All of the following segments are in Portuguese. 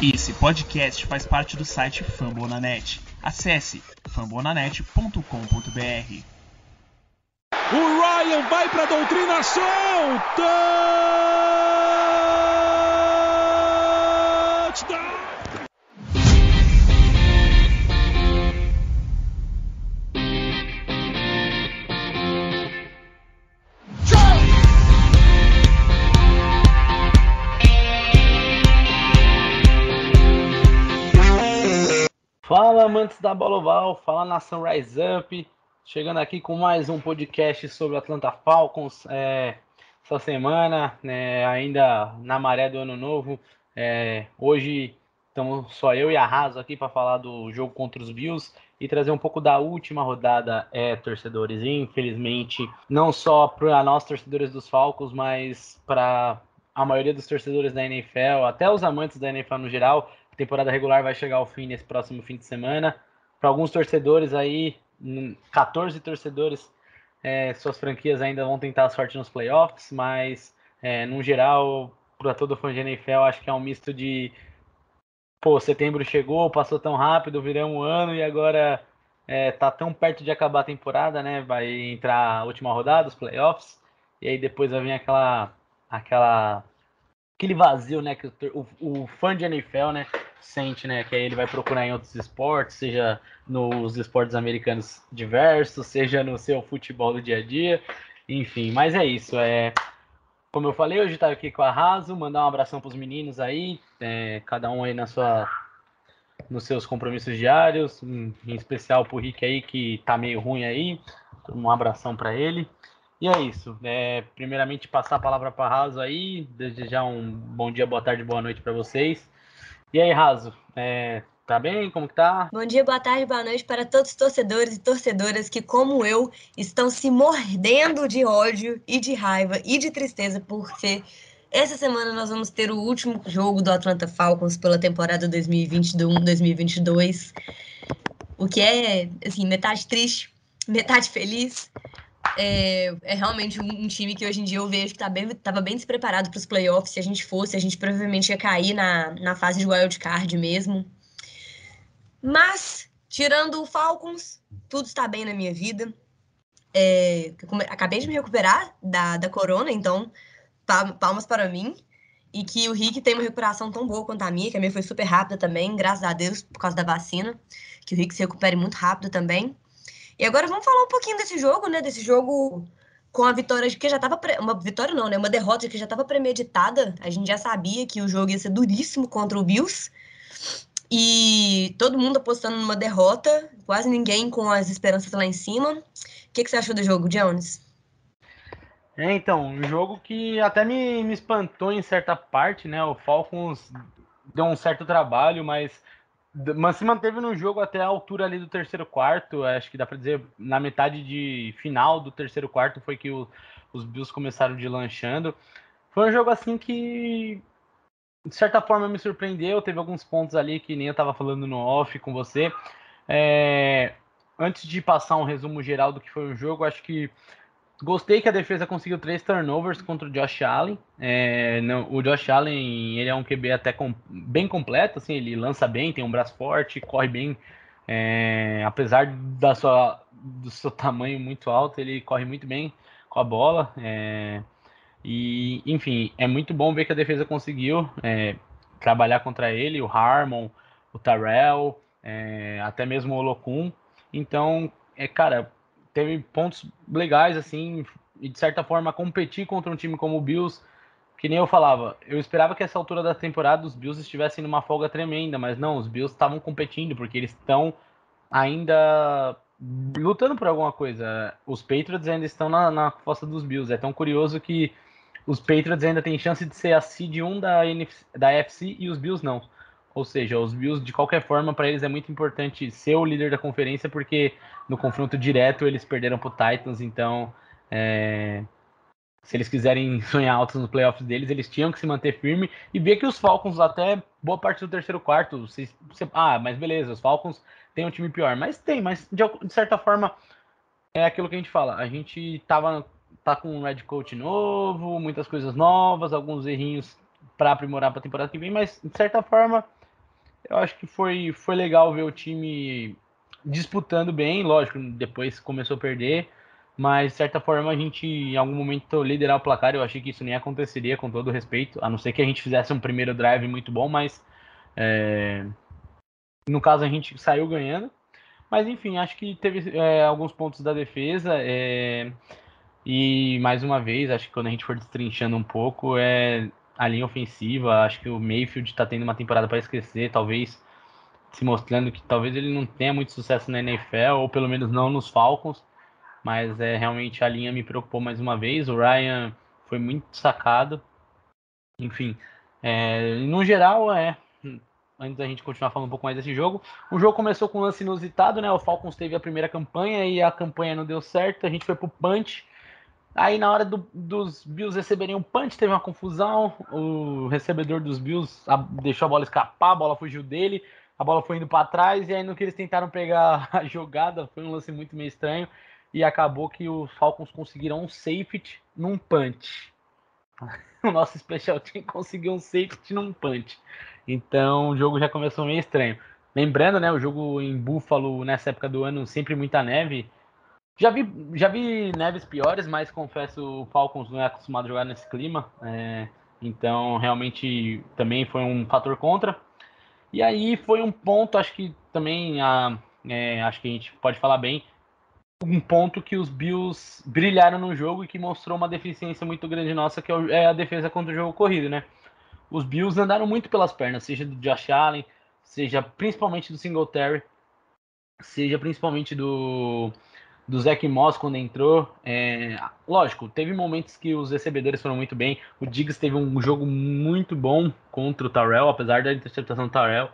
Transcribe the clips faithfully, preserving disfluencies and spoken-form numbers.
Esse podcast faz parte do site Fambonanet. Acesse fambonanet ponto com ponto b r. O Ryan vai para a doutrinação! Touchdown! Fala, amantes da bola oval, fala nação Rise Up, chegando aqui com mais um podcast sobre o Atlanta Falcons, é, essa semana, né, ainda na maré do ano novo. É, hoje estamos só eu e a Raso aqui para falar do jogo contra os Bills e trazer um pouco da última rodada, é, torcedores. E, infelizmente, não só para nós torcedores dos Falcons, mas para a maioria dos torcedores da N F L, até os amantes da N F L no geral. A temporada regular vai chegar ao fim nesse próximo fim de semana. Para alguns torcedores aí, quatorze torcedores, é, suas franquias ainda vão tentar a sorte nos playoffs, mas é, no geral, para todo fã de N F L, acho que é um misto de pô, setembro chegou, passou tão rápido, viramos um ano e agora é, tá tão perto de acabar a temporada, né? Vai entrar a última rodada, os playoffs, e aí depois vai vir aquela, aquela aquele vazio, né, que o, o fã de N F L, né, sente, né, que aí ele vai procurar em outros esportes, seja nos esportes americanos diversos, seja no seu futebol do dia a dia, enfim, mas é isso, é, como eu falei, hoje tá aqui com a Raso, mandar um abração pros meninos aí, é, cada um aí na sua, nos seus compromissos diários, em especial pro Rick aí, que tá meio ruim aí, um abração para ele. E é isso, é, primeiramente passar a palavra para Raso aí, desde já um bom dia, boa tarde, boa noite para vocês. E aí, Raso, é, tá bem? Como que tá? Bom dia, boa tarde, boa noite para todos os torcedores e torcedoras que, como eu, estão se mordendo de ódio e de raiva e de tristeza, porque essa semana nós vamos ter o último jogo do Atlanta Falcons pela temporada dois mil e vinte e um, dois mil e vinte e dois, o que é, assim, metade triste, metade feliz. É, é realmente um, um time que hoje em dia eu vejo que tá bem, tava bem despreparado para os playoffs. Se a gente fosse, a gente provavelmente ia cair na, na fase de wild card mesmo. Mas, tirando o Falcons, tudo está bem na minha vida. É, acabei de me recuperar da, da corona, então palmas para mim. E que o Rick tem uma recuperação tão boa quanto a minha, que a minha foi super rápida também, graças a Deus, por causa da vacina. Que o Rick se recupere muito rápido também. E agora vamos falar um pouquinho desse jogo, né? Desse jogo com a vitória que já estava... Pre... Uma vitória não, né? Uma derrota que já estava premeditada. A gente já sabia que o jogo ia ser duríssimo contra o Bills. E todo mundo apostando numa derrota. Quase ninguém com as esperanças lá em cima. O que, que você achou do jogo, Jones? É, então, um jogo que até me, me espantou em certa parte, né? O Falcons deu um certo trabalho, mas... Mas se manteve no jogo até a altura ali do terceiro quarto, acho que dá para dizer, na metade de final do terceiro quarto foi que o, os Bills começaram deslanchando. Foi um jogo assim que, de certa forma, me surpreendeu, teve alguns pontos ali que nem eu estava falando no off com você. É, antes de passar um resumo geral do que foi o jogo, acho que gostei que a defesa conseguiu três turnovers contra o Josh Allen. É, não, o Josh Allen, ele é um Q B até com, bem completo, assim, ele lança bem, tem um braço forte, corre bem. É, apesar da sua, do seu tamanho muito alto, ele corre muito bem com a bola. É, e, enfim, é muito bom ver que a defesa conseguiu é, trabalhar contra ele, o Harmon, o Terrell, é, até mesmo o Olokun. Então, é, cara, teve pontos legais, assim, e de certa forma competir contra um time como o Bills, que nem eu falava, eu esperava que essa altura da temporada os Bills estivessem numa folga tremenda, mas não, os Bills estavam competindo, porque eles estão ainda lutando por alguma coisa. Os Patriots ainda estão na, na fossa dos Bills, é tão curioso que os Patriots ainda têm chance de ser a seed um da, N F C, da A F C e os Bills não. Ou seja, os Bills, de qualquer forma, para eles é muito importante ser o líder da conferência, porque no confronto direto eles perderam para o Titans, então é, se eles quiserem sonhar altos nos playoffs deles, eles tinham que se manter firme e ver que os Falcons, até boa parte do terceiro quarto, você, você, ah, mas beleza, os Falcons têm um time pior, mas tem, mas de, de certa forma é aquilo que a gente fala, a gente tava, tá com um head coach novo, muitas coisas novas, alguns errinhos para aprimorar para a temporada que vem, mas de certa forma Eu acho que foi, foi legal ver o time disputando bem, lógico, depois começou a perder, mas de certa forma a gente em algum momento liderar o placar. Eu achei que isso nem aconteceria, com todo respeito, a não ser que a gente fizesse um primeiro drive muito bom, mas é, no caso a gente saiu ganhando. Mas enfim, acho que teve é, alguns pontos da defesa, é, e mais uma vez, acho que quando a gente for destrinchando um pouco, é a linha ofensiva. Acho que o Mayfield está tendo uma temporada para esquecer, talvez se mostrando que talvez ele não tenha muito sucesso na N F L, ou pelo menos não nos Falcons, mas é realmente a linha me preocupou mais uma vez. O Ryan foi muito sacado, enfim, é, no geral, é. Antes da gente continuar falando um pouco mais desse jogo, o jogo começou com um lance inusitado, né? O Falcons teve a primeira campanha e a campanha não deu certo, a gente foi pro punch. Aí na hora do, dos Bills receberem um punch, teve uma confusão. O recebedor dos Bills a, deixou a bola escapar, a bola fugiu dele, a bola foi indo para trás, e aí no que eles tentaram pegar a jogada, foi um lance muito meio estranho, e acabou que os Falcons conseguiram um safety num punch. O nosso special team conseguiu um safety num punch. Então o jogo já começou meio estranho. Lembrando, né, o jogo em Buffalo nessa época do ano, sempre muita neve. Já vi, já vi neves piores, mas confesso, o Falcons não é acostumado a jogar nesse clima. É, então, realmente, também foi um fator contra. E aí foi um ponto, acho que também, a, é, acho que a gente pode falar bem, um ponto que os Bills brilharam no jogo e que mostrou uma deficiência muito grande nossa, que é a defesa contra o jogo corrido, né? Os Bills andaram muito pelas pernas, seja do Josh Allen, seja principalmente do Singletary, seja principalmente do do Zach Moss quando entrou. É, lógico, teve momentos que os recebedores foram muito bem. O Diggs teve um jogo muito bom contra o Tyrell, apesar da interceptação do Tyrell.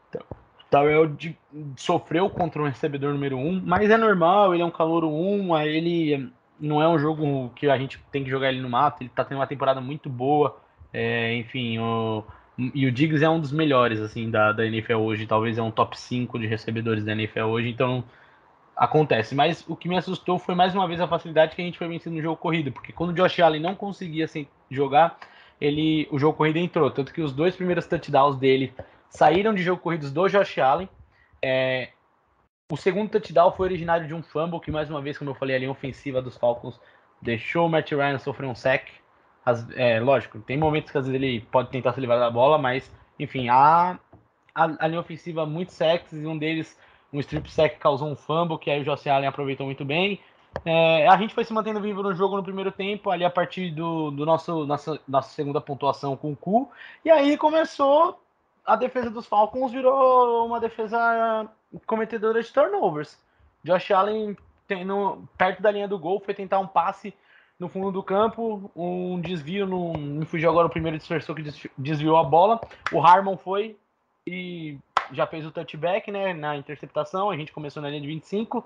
O Tyrell de, sofreu contra o recebedor número um, mas é normal, ele é um calouro um, ele não é um jogo que a gente tem que jogar ele no mato, ele tá tendo uma temporada muito boa. É, enfim, o, e o Diggs é um dos melhores assim da, da N F L hoje, talvez é um top cinco de recebedores da N F L hoje, então acontece. Mas o que me assustou foi mais uma vez a facilidade que a gente foi vencendo no jogo corrido, porque quando o Josh Allen não conseguia assim, jogar, ele, o jogo corrido entrou, tanto que os dois primeiros touchdowns dele saíram de jogo corridos do Josh Allen. É, o segundo touchdown foi originário de um fumble, que mais uma vez, como eu falei, a linha ofensiva dos Falcons deixou o Matt Ryan sofrer um sack. As, é, lógico, tem momentos que às vezes ele pode tentar se livrar da bola, mas enfim, a, a, a linha ofensiva muito sacks, e um deles, um strip sack, causou um fumble, que aí o Josh Allen aproveitou muito bem. É, a gente foi se mantendo vivo no jogo no primeiro tempo, ali a partir do, do nosso nossa, nossa segunda pontuação com o Cu, e aí começou a defesa dos Falcons, virou uma defesa cometedora de turnovers. Josh Allen tendo, perto da linha do gol, foi tentar um passe no fundo do campo, um desvio, no, me fugiu agora o primeiro dispersor que desviou a bola, o Harmon foi e já fez o touchback, né, na interceptação. A gente começou na linha de vinte e cinco,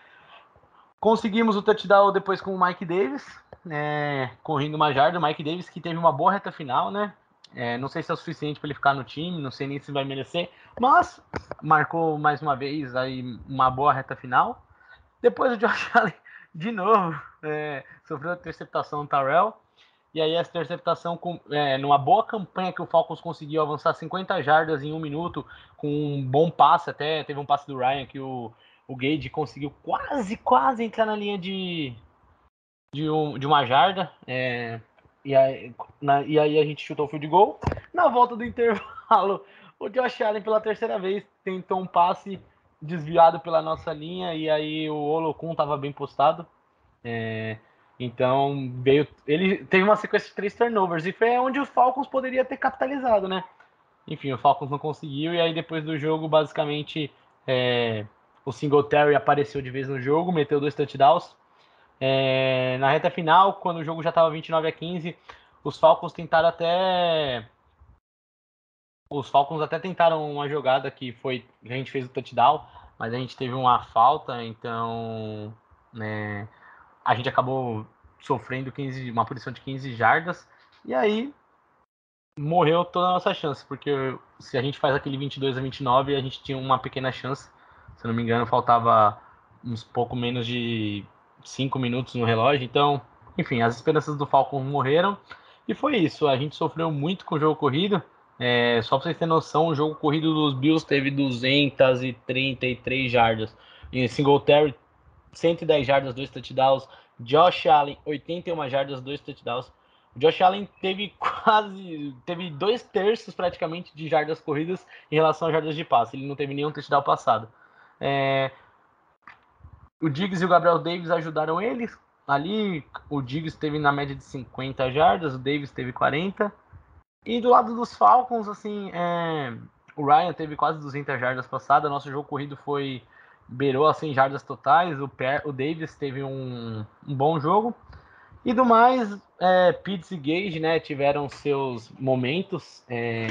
conseguimos o touchdown depois com o Mike Davis, é, correndo uma jarda. O Mike Davis que teve uma boa reta final, né, é, não sei se é o suficiente para ele ficar no time, não sei nem se vai merecer, mas marcou mais uma vez aí uma boa reta final. Depois o Josh Allen de novo é, sofreu a interceptação do Tyrell. E aí essa interceptação, com, é, numa boa campanha que o Falcons conseguiu avançar cinquenta jardas em um minuto, com um bom passe até, teve um passe do Ryan que o, o Gage conseguiu quase, quase entrar na linha de, de, um, de uma jarda, é, e, aí, na, e aí a gente chutou o field goal. Na volta do intervalo, o Josh Allen pela terceira vez tentou um passe desviado pela nossa linha, e aí o Olokun estava bem postado, é, então veio, ele teve uma sequência de três turnovers, e foi onde o Falcons poderia ter capitalizado, né? Enfim, o Falcons não conseguiu, e aí depois do jogo, basicamente, é, o Singletary apareceu de vez no jogo, meteu dois touchdowns. É, na reta final, quando o jogo já estava vinte e nove a quinze, os Falcons tentaram até... Os Falcons até tentaram uma jogada que foi... A gente fez o touchdown, mas a gente teve uma falta, então... Né, a gente acabou sofrendo quinze, uma punição de quinze jardas, e aí morreu toda a nossa chance, porque se a gente faz aquele vinte e dois a vinte e nove, a gente tinha uma pequena chance. Se não me engano, faltava uns pouco menos de cinco minutos no relógio, então, enfim, as esperanças do Falcon morreram, e foi isso. A gente sofreu muito com o jogo corrido, É, só pra vocês terem noção, o jogo corrido dos Bills teve duzentas e trinta e três jardas. Em Singletary, cento e dez jardas, dois touchdowns. Josh Allen, oitenta e uma jardas, dois touchdowns. O Josh Allen teve quase, teve dois terços praticamente de jardas corridas em relação a jardas de passe. Ele não teve nenhum touchdown passado. É, o Diggs e o Gabriel Davis ajudaram eles. Ali, o Diggs teve na média de cinquenta jardas, o Davis teve quarenta. E do lado dos Falcons, assim, é, o Ryan teve quase duzentas jardas passadas. Nosso jogo corrido foi beirou as cem jardas totais. O, per, o Davis teve um, um bom jogo. E do mais, é, Pitts e Gage, né, tiveram seus momentos, é,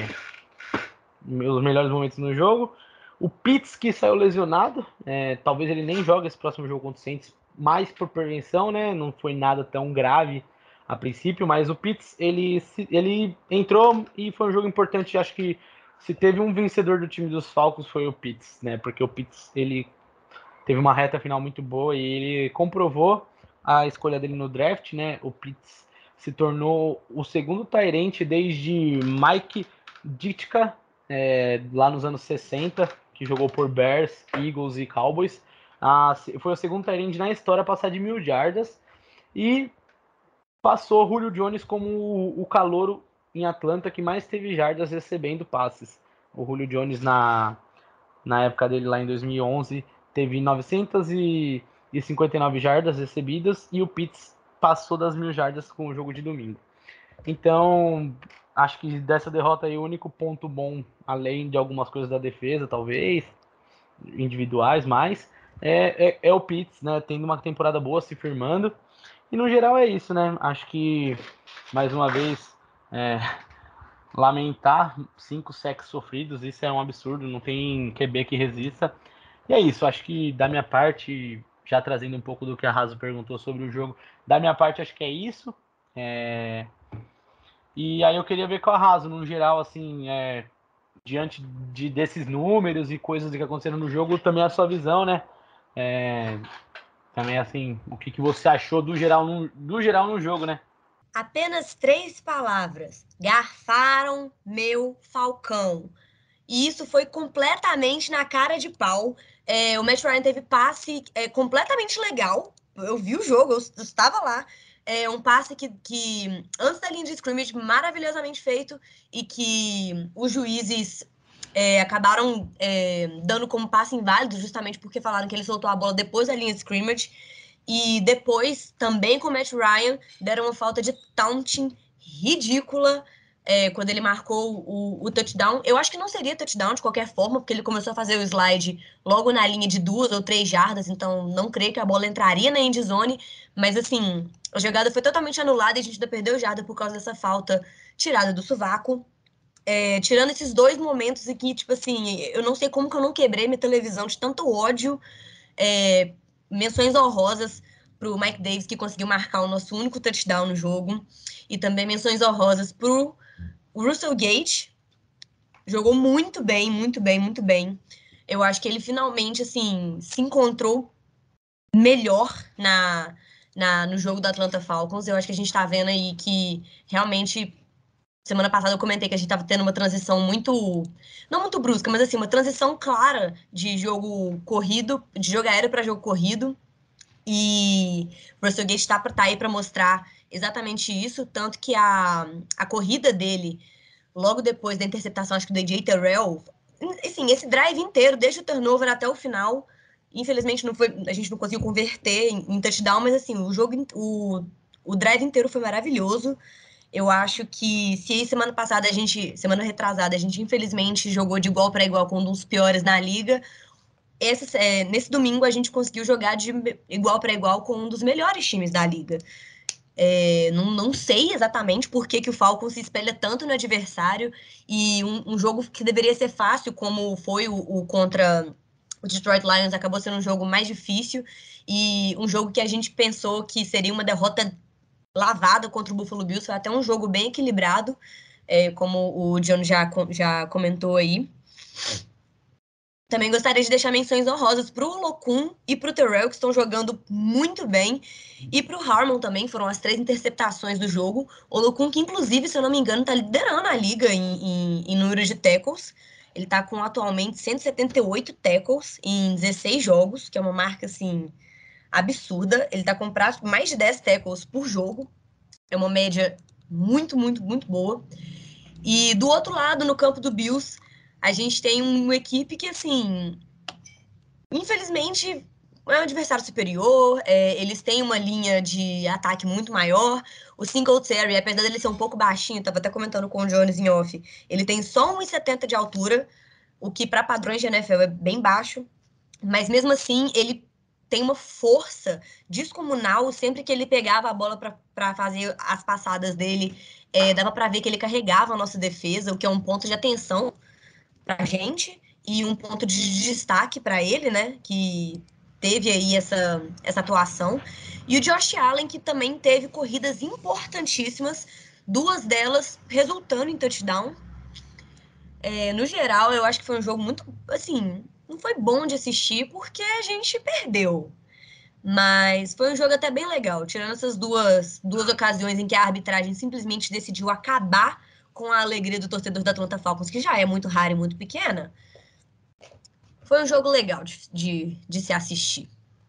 os melhores momentos no jogo. O Pitts que saiu lesionado, é, talvez ele nem jogue esse próximo jogo contra o Saints, mais por prevenção, né? Não foi nada tão grave a princípio, mas o Pitts ele, ele entrou e foi um jogo importante. Acho que se teve um vencedor do time dos Falcons foi o Pitts, né? Porque o Pitts ele teve uma reta final muito boa e ele comprovou a escolha dele no draft, né? O Pitts se tornou o segundo tight end desde Mike Ditka, é, lá nos anos sessenta, que jogou por Bears, Eagles e Cowboys. Ah, foi o segundo tight end na história a passar de mil jardas e passou Julio Jones como o, o calouro em Atlanta que mais teve jardas recebendo passes. O Julio Jones na, na época dele lá em dois mil e onze teve novecentas e cinquenta e nove jardas recebidas e o Pitts passou das mil jardas com o jogo de domingo. Então, acho que dessa derrota aí o único ponto bom, além de algumas coisas da defesa, talvez, individuais, mas é, é, é o Pitts, né? Tendo uma temporada boa, se firmando. E no geral é isso, né? Acho que, mais uma vez, é, lamentar cinco sacks sofridos, isso é um absurdo, não tem Q B que resista. E é isso, acho que da minha parte, já trazendo um pouco do que a Raso perguntou sobre o jogo, da minha parte acho que é isso. É... E aí eu queria ver com a Raso, no geral, assim, é... diante de, desses números e coisas que aconteceram no jogo, também a sua visão, né? É... Também, assim, o que, que você achou do geral, no, do geral no jogo, né? Apenas três palavras. Garfaram meu Falcão. E isso foi completamente na cara de pau. É, o Matt Ryan teve passe é, completamente legal. Eu vi o jogo, eu, eu estava lá. É um passe que, que, antes da linha de scrimmage, maravilhosamente feito, e que os juízes é, acabaram é, dando como passe inválido, justamente porque falaram que ele soltou a bola depois da linha de scrimmage. E depois, também com o Matt Ryan, deram uma falta de taunting ridícula é, quando ele marcou o, o touchdown. Eu acho que não seria touchdown de qualquer forma, porque ele começou a fazer o slide logo na linha de duas ou três jardas, então não creio que a bola entraria na end zone. Mas, assim, a jogada foi totalmente anulada e a gente ainda perdeu jarda por causa dessa falta tirada do sovaco. É, tirando esses dois momentos aqui, tipo assim, eu não sei como que eu não quebrei minha televisão de tanto ódio. É, menções honrosas pro Mike Davis, que conseguiu marcar o nosso único touchdown no jogo. E também menções honrosas pro Russell Gage. Jogou muito bem, muito bem, muito bem. Eu acho que ele finalmente, assim, se encontrou melhor na, na, no jogo do Atlanta Falcons. Eu acho que a gente tá vendo aí que realmente... Semana passada eu comentei que a gente tava tendo uma transição muito... Não muito brusca, mas assim, uma transição clara de jogo corrido, de jogo aéreo para jogo corrido. E o Russell Gage tá, tá aí para mostrar exatamente isso, tanto que a, a corrida dele, logo depois da interceptação, acho que do A J Terrell, assim, esse drive inteiro, desde o turnover até o final, infelizmente não foi, a gente não conseguiu converter em, em touchdown, mas assim, o jogo, o, o drive inteiro foi maravilhoso. Eu acho que se semana passada a gente, semana retrasada, a gente infelizmente jogou de igual para igual com um dos piores na liga, esse, é, nesse domingo a gente conseguiu jogar de igual para igual com um dos melhores times da liga. É, não, não sei exatamente por que, que o Falcon se espelha tanto no adversário e um, um jogo que deveria ser fácil, como foi o, o contra o Detroit Lions, acabou sendo um jogo mais difícil e um jogo que a gente pensou que seria uma derrota lavada contra o Buffalo Bills. Foi até um jogo bem equilibrado, é, como o John já, já comentou aí. Também gostaria de deixar menções honrosas para o Olokun e para o Terrell, que estão jogando muito bem. E para o Harmon também, foram as três interceptações do jogo. O Olokun, que inclusive, se eu não me engano, está liderando a liga em, em, em número de tackles. Ele está com atualmente cento e setenta e oito tackles em dezesseis jogos, que é uma marca assim absurda. Ele está com mais de dez tackles por jogo. É uma média muito, muito, muito boa. E do outro lado, no campo do Bills, a gente tem uma equipe que, assim, infelizmente, é um adversário superior, é, eles têm uma linha de ataque muito maior. O Singletary, apesar dele ser um pouco baixinho, tava até comentando com o Jones em off, ele tem só um e setenta de altura, o que para padrões de N F L é bem baixo, mas mesmo assim, ele tem uma força descomunal. Sempre que ele pegava a bola para fazer as passadas dele, é, dava para ver que ele carregava a nossa defesa, o que é um ponto de atenção para a gente e um ponto de destaque para ele, né? Que teve aí essa, essa atuação. E o Josh Allen, que também teve corridas importantíssimas, duas delas resultando em touchdown. É, no geral, eu acho que foi um jogo muito, assim, não foi bom de assistir porque a gente perdeu. Mas foi um jogo até bem legal, tirando essas duas, duas ocasiões em que a arbitragem simplesmente decidiu acabar com a alegria do torcedor da Atlanta Falcons, que já é muito rara e muito pequena. Foi um jogo legal de, de, de se assistir.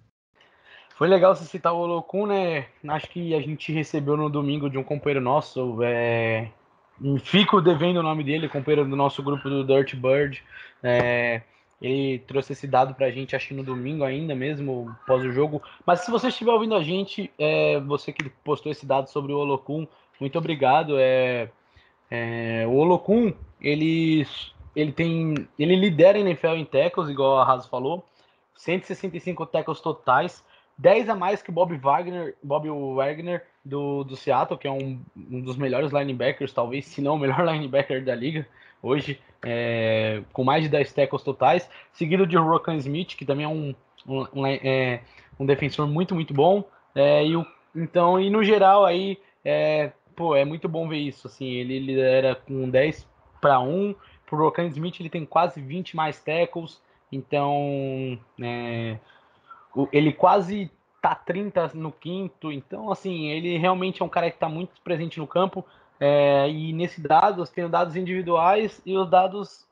Foi legal você citar o Olokun, né? Acho que a gente recebeu no domingo de um companheiro nosso, é... fico devendo o nome dele, companheiro do nosso grupo do Dirt Bird. É... Ele trouxe esse dado pra gente, acho que no domingo ainda mesmo, após o jogo. Mas se você estiver ouvindo a gente, é... você que postou esse dado sobre o Olokun, muito obrigado. É... É... O Olokun, ele... ele tem, ele lidera a N F L em tackles, igual a Raso falou, cento e sessenta e cinco tackles totais, dez a mais que o Bob Wagner, Bob Wagner do, do Seattle, que é um, um dos melhores linebackers, talvez, se não o melhor linebacker da liga hoje, é, com mais de dez tackles totais, seguido de Roquan Smith, que também é um, um, um, é, um defensor muito, muito bom. É, e o, então, e no geral aí, é, pô, é muito bom ver isso, assim, ele lidera com dez para um, pro Roquan Smith ele tem quase vinte mais tackles, então, é, ele quase tá trinta no quinto, então assim, ele realmente é um cara que está muito presente no campo, é, e nesse dados tem os dados individuais e os dados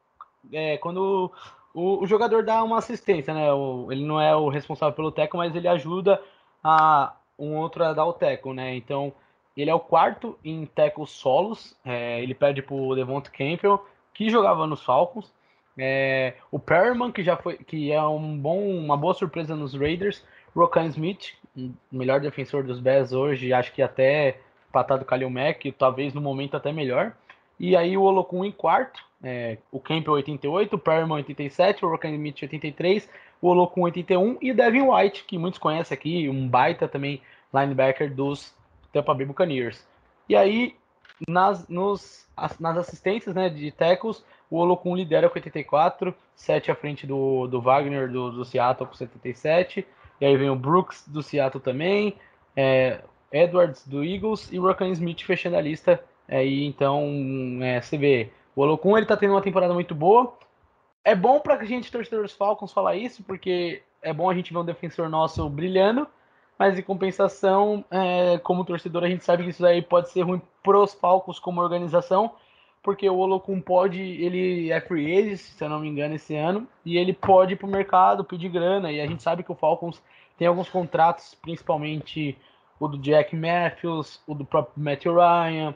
é, quando o, o, jogador dá uma assistência, né? O, ele não é o responsável pelo tackle, mas ele ajuda a um outro a dar o tackle, né? Então ele é o quarto em tackles solos, é, ele perde pro Devonta Campbell, que jogava nos Falcons. É, o Perriman, que já foi, que é um bom, uma boa surpresa nos Raiders. Roquan Smith, o melhor defensor dos Bears hoje, acho que até empatado com o Khalil Mack, talvez no momento até melhor. E aí o Olokun em quarto, é, o Campbell oitenta e oito, o Perriman oitenta e sete, o Roquan Smith oitenta e três, o Olokun oitenta e um e o Devin White, que muitos conhecem aqui, um baita também linebacker dos Tampa Bay Buccaneers. E aí nas, nos, nas assistências, né, de tackles, o Olokun lidera com oitenta e quatro, sete à frente do, do Wagner do, do Seattle com setenta e sete, e aí vem o Brooks do Seattle também, é, Edwards do Eagles e o Roquan Smith fechando a lista. Aí então é, você vê, o Olokun ele tá tendo uma temporada muito boa. É bom pra gente, torcedor dos Falcons, falar isso, porque é bom a gente ver um defensor nosso brilhando, mas em compensação, é, como torcedor, a gente sabe que isso aí pode ser ruim pros Falcons como organização, porque o Olokun pode, ele é free agent, se eu não me engano, esse ano, e ele pode ir pro mercado, pedir grana, e a gente sabe que o Falcons tem alguns contratos, principalmente o do Jack Matthews, o do próprio Matthew Ryan,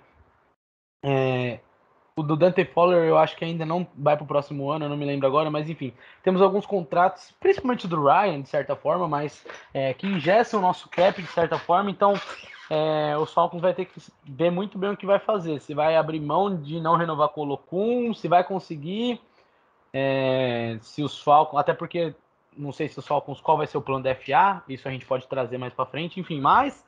é, o do Dante Fowler eu acho que ainda não vai para o próximo ano, eu não me lembro agora, mas enfim, temos alguns contratos, principalmente o do Ryan, de certa forma, mas é, que ingessam o nosso cap, de certa forma, então é, os Falcons vai ter que ver muito bem o que vai fazer, se vai abrir mão de não renovar com o Olokun, se vai conseguir, é, se os Falcons, até porque não sei se os Falcons, qual vai ser o plano da F A, isso a gente pode trazer mais para frente, enfim, mas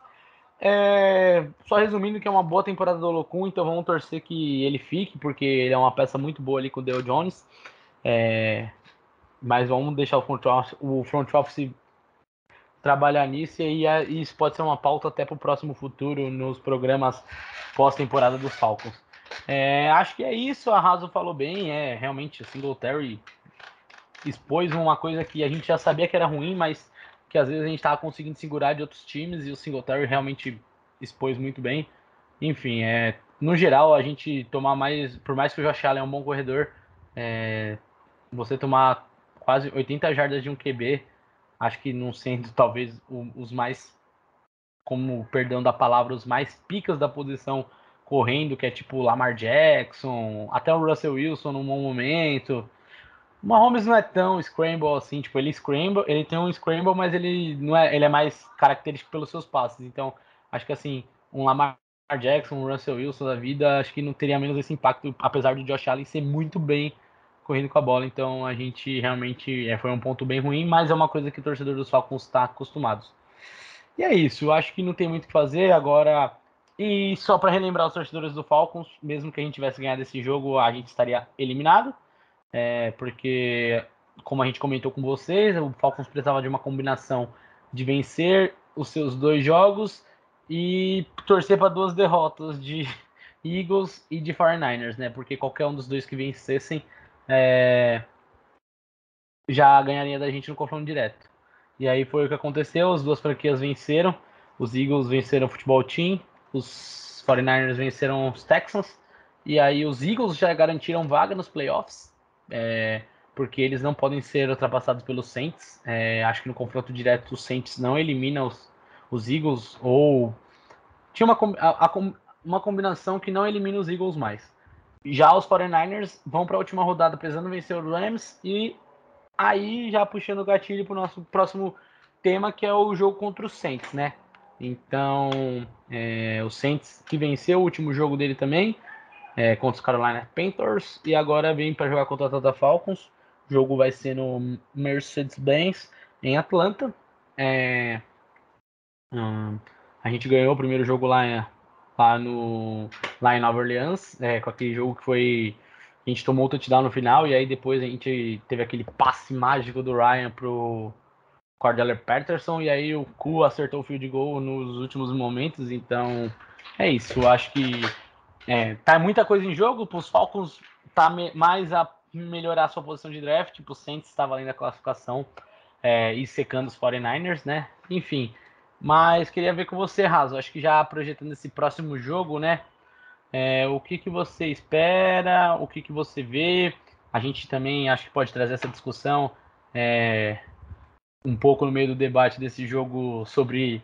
é, só resumindo que é uma boa temporada do Olokun, então vamos torcer que ele fique, porque ele é uma peça muito boa ali com o Dale Jones. É, mas vamos deixar o front office, o front office trabalhar nisso, e aí isso pode ser uma pauta até para o próximo futuro nos programas pós-temporada dos Falcons. É, acho que é isso, a Raso falou bem, é realmente o Singletary expôs uma coisa que a gente já sabia que era ruim, mas que às vezes a gente estava conseguindo segurar de outros times, e o Singletary realmente expôs muito bem. Enfim, é, no geral, a gente tomar mais, por mais que o Josh Allen é um bom corredor, é, você tomar quase oitenta jardas de um Q B, acho que não sendo talvez os mais, como perdão da palavra, os mais picas da posição correndo, que é tipo Lamar Jackson, até o Russell Wilson num bom momento. O Mahomes não é tão scramble assim, tipo, ele scramble, ele tem um scramble, mas ele não é, ele é mais característico pelos seus passes. Então, acho que assim, um Lamar Jackson, um Russell Wilson da vida, acho que não teria menos esse impacto, apesar do Josh Allen ser muito bem correndo com a bola. Então, a gente realmente é, foi um ponto bem ruim, mas é uma coisa que o torcedor dos Falcons está acostumado. E é isso, eu acho que não tem muito o que fazer agora. E só para relembrar os torcedores do Falcons, mesmo que a gente tivesse ganhado esse jogo, a gente estaria eliminado. É, porque, como a gente comentou com vocês, o Falcons precisava de uma combinação de vencer os seus dois jogos e torcer para duas derrotas de Eagles e de forty-niners, né? Porque qualquer um dos dois que vencessem é, já ganharia da gente no confronto direto. E aí foi o que aconteceu, as duas franquias venceram, os Eagles venceram o Futebol Team, os forty-niners venceram os Texans, e aí os Eagles já garantiram vaga nos playoffs, é, porque eles não podem ser ultrapassados pelos Saints. É, acho que no confronto direto os Saints não eliminam os, os Eagles, ou tinha uma, a, a, uma combinação que não elimina os Eagles mais. Já os forty-niners vão para a última rodada precisando vencer os Rams, e aí já puxando o gatilho para o nosso próximo tema, que é o jogo contra os Saints, né? Então, é, o Saints que venceu o último jogo dele também, é, contra os Carolina Panthers, e agora vem para jogar contra a Atlanta Falcons. O jogo vai ser no Mercedes-Benz, em Atlanta. É, hum, a gente ganhou o primeiro jogo lá, lá, no, lá em Nova Orleans, é, com aquele jogo que foi... A gente tomou o touchdown no final, e aí depois a gente teve aquele passe mágico do Ryan pro Cordell Patterson, e aí o Ku acertou o field goal nos últimos momentos. Então é isso, eu acho que é, tá muita coisa em jogo. Para os Falcons tá me, mais a melhorar sua posição de draft, pro Saints está valendo a classificação, é, e secando os forty-niners, né? Enfim, mas queria ver com você, Raso, acho que já projetando esse próximo jogo, né? É, o que, que você espera, o que, que você vê? A gente também acho que pode trazer essa discussão, é, um pouco no meio do debate desse jogo, sobre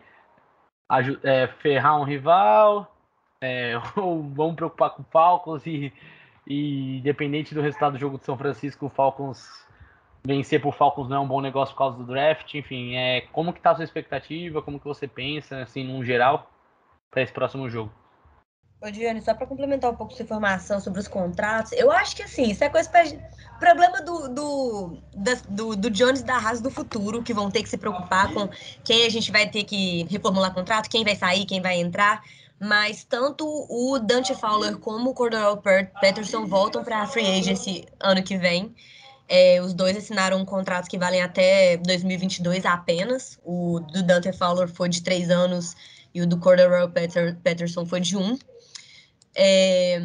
é, ferrar um rival, é, ou vamos preocupar com o Falcons, e, e independente do resultado do jogo de São Francisco, o Falcons vencer por Falcons não é um bom negócio por causa do draft. Enfim, é, como que tá a sua expectativa, como que você pensa, assim, num geral, para esse próximo jogo? Ô, Diane, só para complementar um pouco sua informação sobre os contratos, eu acho que assim, isso é coisa pra... problema do, do, do, do Jones da Haas do futuro, que vão ter que se preocupar com quem a gente vai ter que reformular contrato, quem vai sair, quem vai entrar. Mas tanto o Dante Fowler como o Cordell Patterson voltam para a Free Agency ano que vem. É, os dois assinaram contratos que valem até dois mil e vinte e dois apenas. O do Dante Fowler foi de três anos e o do Cordell Patterson foi de um. É,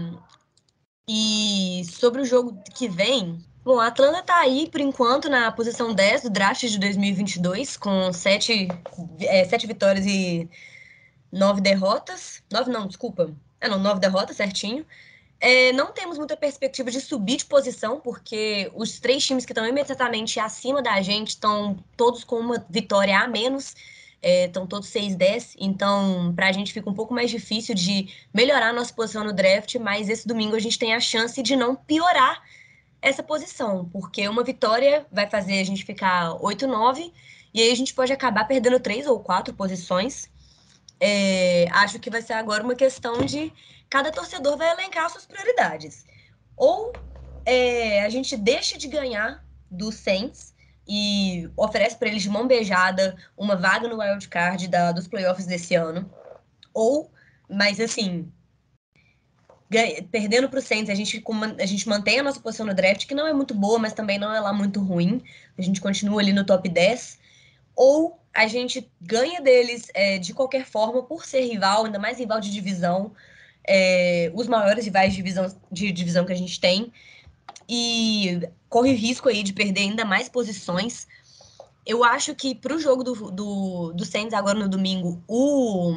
e sobre o jogo que vem, bom, a Atlanta tá aí, por enquanto, na posição dez do draft de dois mil e vinte e dois, com sete, é, sete vitórias e nove derrotas. Nove não, desculpa. É, não, nove derrotas, certinho. É, não temos muita perspectiva de subir de posição, porque os três times que estão imediatamente acima da gente estão todos com uma vitória a menos. Estão é, todos seis dez, então para a gente fica um pouco mais difícil de melhorar a nossa posição no draft, mas esse domingo a gente tem a chance de não piorar essa posição, porque uma vitória vai fazer a gente ficar oito nove, e aí a gente pode acabar perdendo três ou quatro posições. É, acho que vai ser agora uma questão de cada torcedor vai elencar suas prioridades. Ou é, a gente deixa de ganhar do Saints e oferece para eles de mão beijada uma vaga no wild card da, dos playoffs desse ano. Ou, mas assim, ganha, perdendo para o Saints, a gente, a gente mantém a nossa posição no draft, que não é muito boa, mas também não é lá muito ruim. A gente continua ali no top dez. Ou a gente ganha deles é, de qualquer forma, por ser rival, ainda mais rival de divisão, é, os maiores rivais de divisão, de divisão que a gente tem. e corre o risco aí de perder ainda mais posições. Eu acho que para o jogo do, do, do Saints agora no domingo, o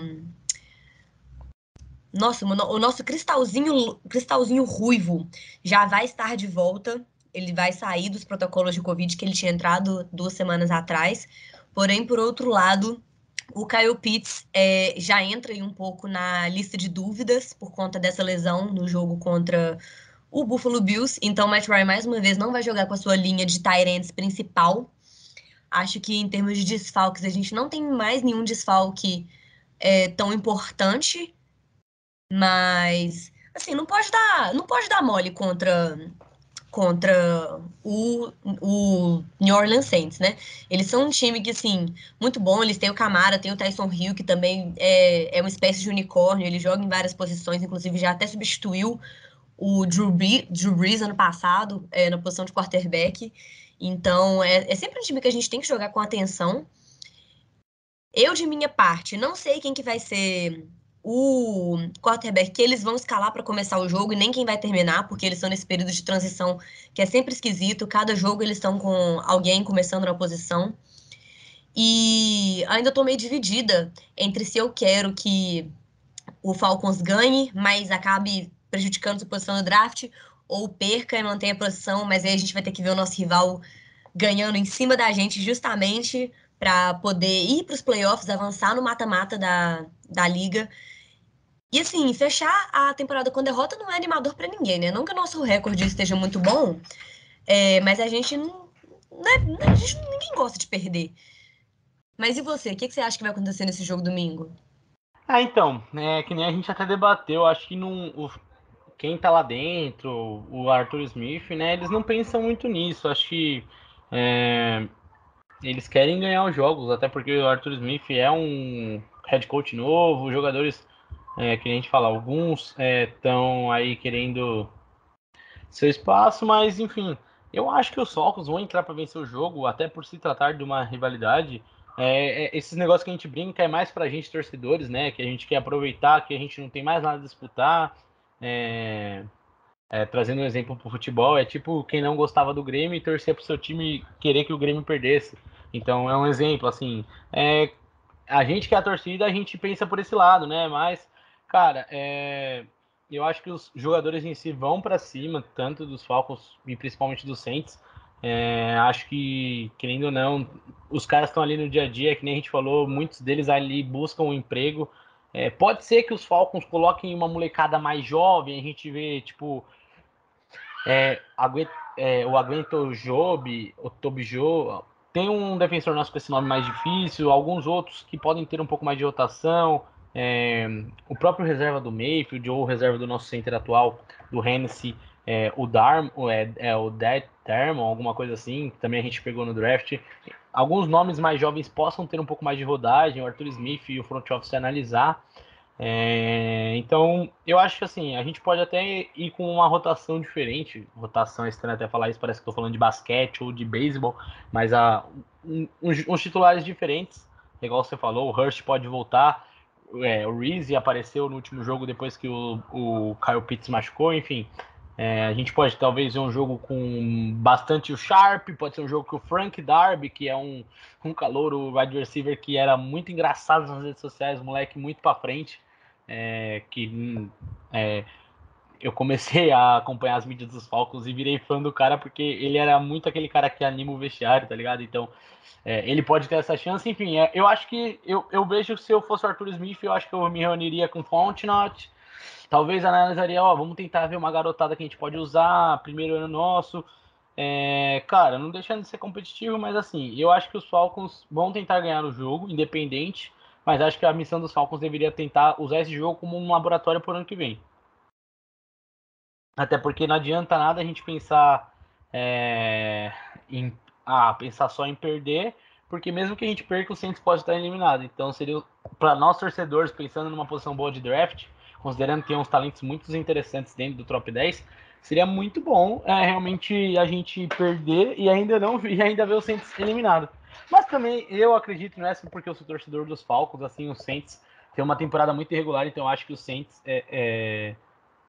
nossa, o nosso cristalzinho, cristalzinho ruivo já vai estar de volta. Ele vai sair dos protocolos de Covid que ele tinha entrado duas semanas atrás. Porém, por outro lado, o Kyle Pitts é, já entra aí um pouco na lista de dúvidas por conta dessa lesão no jogo contra o Buffalo Bills. Então, o Matt Ryan, mais uma vez, não vai jogar com a sua linha de tight ends principal. Acho que, em termos de desfalques, a gente não tem mais nenhum desfalque é, tão importante. Mas, assim, não pode dar, não pode dar mole contra contra o, o New Orleans Saints, né? Eles são um time que, assim, muito bom. Eles têm o Camara, tem o Tyson Hill, que também é, é uma espécie de unicórnio. Ele joga em várias posições, inclusive já até substituiu o Drew Brees, Drew Brees ano passado, é, na posição de quarterback. Então, é, é sempre um time que a gente tem que jogar com atenção. Eu, de minha parte, não sei quem que vai ser o quarterback que eles vão escalar para começar o jogo e nem quem vai terminar, porque eles estão nesse período de transição que é sempre esquisito. Cada jogo eles estão com alguém começando na posição. E ainda estou meio dividida entre se eu quero que o Falcons ganhe, mas acabe prejudicando sua posição no draft, ou perca e mantenha a posição, mas aí a gente vai ter que ver o nosso rival ganhando em cima da gente justamente para poder ir para os playoffs, avançar no mata-mata da, da liga. E assim, fechar a temporada com derrota não é animador para ninguém, né? Não que o nosso recorde esteja muito bom, é, mas a gente não, não é- não é- a gente, ninguém gosta de perder. Mas e você? O que, que você acha que vai acontecer nesse jogo domingo? Ah, então, é que nem a gente até debateu, acho que não, o, quem tá lá dentro, o Arthur Smith, né, eles não pensam muito nisso. Acho que é, eles querem ganhar os jogos, até porque o Arthur Smith é um head coach novo, os jogadores, é, que a gente fala, alguns estão aí querendo seu espaço, mas enfim, eu acho que os Falcons vão entrar para vencer o jogo, até por se tratar de uma rivalidade. É, é, esses negócios que a gente brinca é mais pra gente torcedores, né? Que a gente quer aproveitar, que a gente não tem mais nada a disputar. É, é, trazendo um exemplo pro futebol, é tipo quem não gostava do Grêmio e torcer pro seu time querer que o Grêmio perdesse. Então é um exemplo, assim. É, a gente que é a torcida, a gente pensa por esse lado, né? Mas, cara, é, eu acho que os jogadores em si vão para cima, tanto dos Falcons e principalmente dos Saints. É, acho que, querendo ou não, os caras estão ali no dia a dia, que nem a gente falou, muitos deles ali buscam um emprego. É, pode ser que os Falcons coloquem uma molecada mais jovem, a gente vê, tipo, é, Aguento, é, o Aguento Job, o Tobijo, tem um defensor nosso com esse nome mais difícil, alguns outros que podem ter um pouco mais de rotação, é, o próprio reserva do Mayfield ou o reserva do nosso center atual, do Hennessy, é, o Darm, é, é o Dead Dermon, alguma coisa assim, que também a gente pegou no draft. Alguns nomes mais jovens possam ter um pouco mais de rodagem, o Arthur Smith e o front office analisar. É, então, eu acho que assim, a gente pode até ir com uma rotação diferente. Rotação, é estranho até falar isso, parece que estou falando de basquete ou de beisebol, mas a, um, uns, uns titulares diferentes, igual você falou, o Hurst pode voltar, é, o Reese apareceu no último jogo depois que o, o Kyle Pitts machucou, enfim. É, a gente pode talvez ver um jogo com bastante o Sharp, pode ser um jogo que o Frank Darby, que é um, um calouro wide receiver que era muito engraçado nas redes sociais, moleque muito pra frente, é, que é, eu comecei a acompanhar as mídias dos Falcons e virei fã do cara porque ele era muito aquele cara que anima o vestiário, tá ligado? Então, é, ele pode ter essa chance, enfim, é, eu acho que eu, eu vejo que se eu fosse o Arthur Smith, eu acho que eu me reuniria com Fontenot, talvez analisaria, ó, vamos tentar ver uma garotada que a gente pode usar, primeiro ano nosso. É, cara, não deixando de ser competitivo, mas assim, eu acho que os Falcons vão tentar ganhar o jogo, independente, mas acho que a missão dos Falcons deveria tentar usar esse jogo como um laboratório por ano que vem. Até porque não adianta nada a gente pensar é, em ah, pensar só em perder, porque mesmo que a gente perca, o Saints pode estar eliminado. Então seria para nós torcedores, pensando numa posição boa de draft, considerando que tem uns talentos muito interessantes dentro do top dez, seria muito bom é, realmente a gente perder e ainda não e ainda ver o Saints eliminado. Mas também eu acredito nessa porque eu sou torcedor dos Falcons, assim, o Saints tem uma temporada muito irregular, então eu acho que o Saints é, é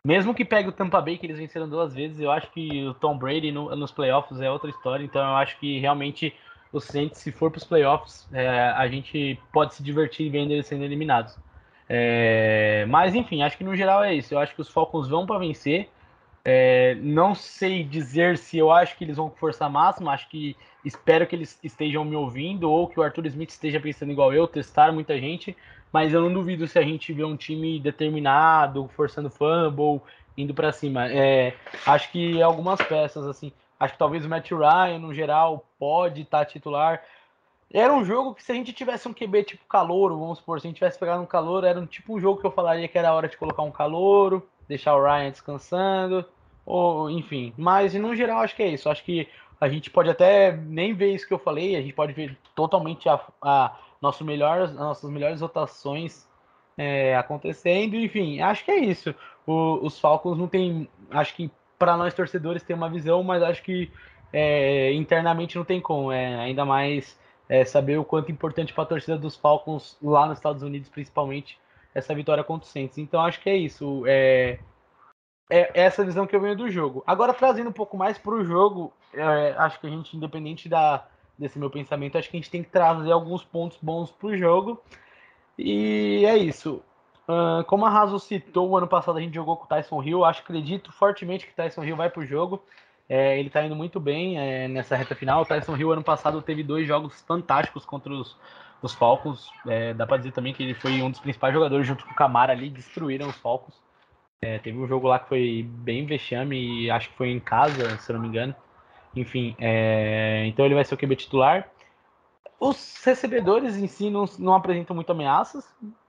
Mesmo que pegue o Tampa Bay, que eles venceram duas vezes, eu acho que o Tom Brady no, nos playoffs é outra história. Então eu acho que realmente o Saints, se for para os playoffs, é, a gente pode se divertir vendo eles sendo eliminados. É, mas enfim, acho que no geral é isso. Eu acho que os Falcons vão para vencer. É, não sei dizer se eu acho que eles vão com força máxima. Acho que espero que eles estejam me ouvindo ou que o Arthur Smith esteja pensando igual eu, testar muita gente. Mas eu não duvido se a gente vê um time determinado, forçando fumble, indo para cima. É, acho que algumas peças, assim. Acho que talvez o Matt Ryan, no geral, pode estar titular. Era um jogo que, se a gente tivesse um Q B tipo calouro, vamos supor, se a gente tivesse pegado um calouro, era um tipo um jogo que eu falaria que era a hora de colocar um calouro, deixar o Ryan descansando, ou enfim. Mas, no geral, acho que é isso. Acho que a gente pode até nem ver isso que eu falei, a gente pode ver totalmente a, a nosso melhor, as nossas melhores rotações é, acontecendo. Enfim, acho que é isso. O, os Falcons não tem. Acho que para nós torcedores tem uma visão, mas acho que é, internamente não tem como. É, ainda mais é, saber o quanto é importante para a torcida dos Falcons lá nos Estados Unidos, principalmente, essa vitória contra o Saints. Então acho que é isso. É, é essa visão que eu venho do jogo. Agora, trazendo um pouco mais para o jogo, é, acho que a gente, independente da, desse meu pensamento, acho que a gente tem que trazer alguns pontos bons para o jogo. E é isso. Uh, como a Raso citou, o ano passado a gente jogou com o Tyson Hill. Acho, acredito fortemente que o Tyson Hill vai pro jogo. É, ele tá indo muito bem é, nessa reta final. O Tyson Hill, ano passado, teve dois jogos fantásticos contra os, os Falcons. É, dá pra dizer também que ele foi um dos principais jogadores, junto com o Camara ali, destruíram os Falcons. É, teve um jogo lá que foi bem vexame, e acho que foi em casa, se eu não me engano. Enfim, é, então ele vai ser o Q B titular. Os recebedores em si não, não apresentam muito ameaças.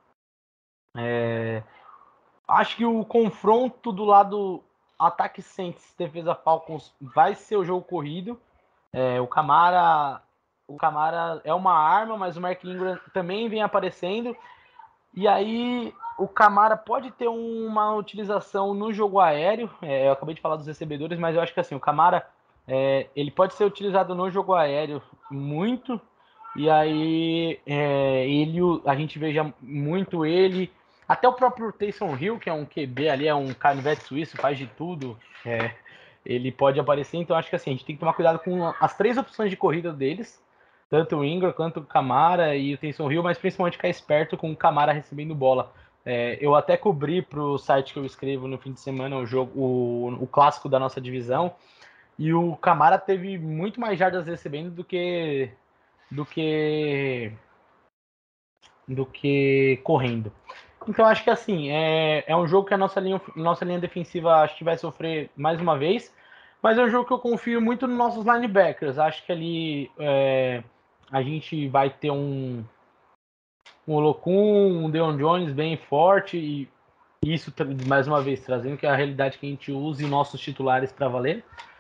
É, acho que o confronto do lado ataque Saints, defesa Falcons, vai ser o jogo corrido. É, o Camara, o Camara é uma arma, mas o Mark Ingram também vem aparecendo. E aí o Camara pode ter uma utilização no jogo aéreo. É, eu acabei de falar dos recebedores, mas eu acho que assim o Camara é, ele pode ser utilizado no jogo aéreo muito. E aí é, ele, a gente veja muito ele, até o próprio Taysom Hill, que é um Q B ali, é um canivete suíço, faz de tudo. É, ele pode aparecer, então acho que assim, a gente tem que tomar cuidado com as três opções de corrida deles, tanto o Ingram quanto o Camara e o Taysom Hill, mas principalmente ficar esperto com o Camara recebendo bola. É, eu até cobri para o site que eu escrevo no fim de semana o jogo, o, o clássico da nossa divisão, e o Camara teve muito mais jardas recebendo do que do que do que correndo. Então acho que assim, é, é um jogo que a nossa linha, nossa linha defensiva acho que vai sofrer mais uma vez, mas é um jogo que eu confio muito nos nossos linebackers. Acho que ali é, a gente vai ter um um Olokun, um Deon Jones bem forte, e isso, mais uma vez, trazendo que é a realidade que a gente use nossos titulares para valer.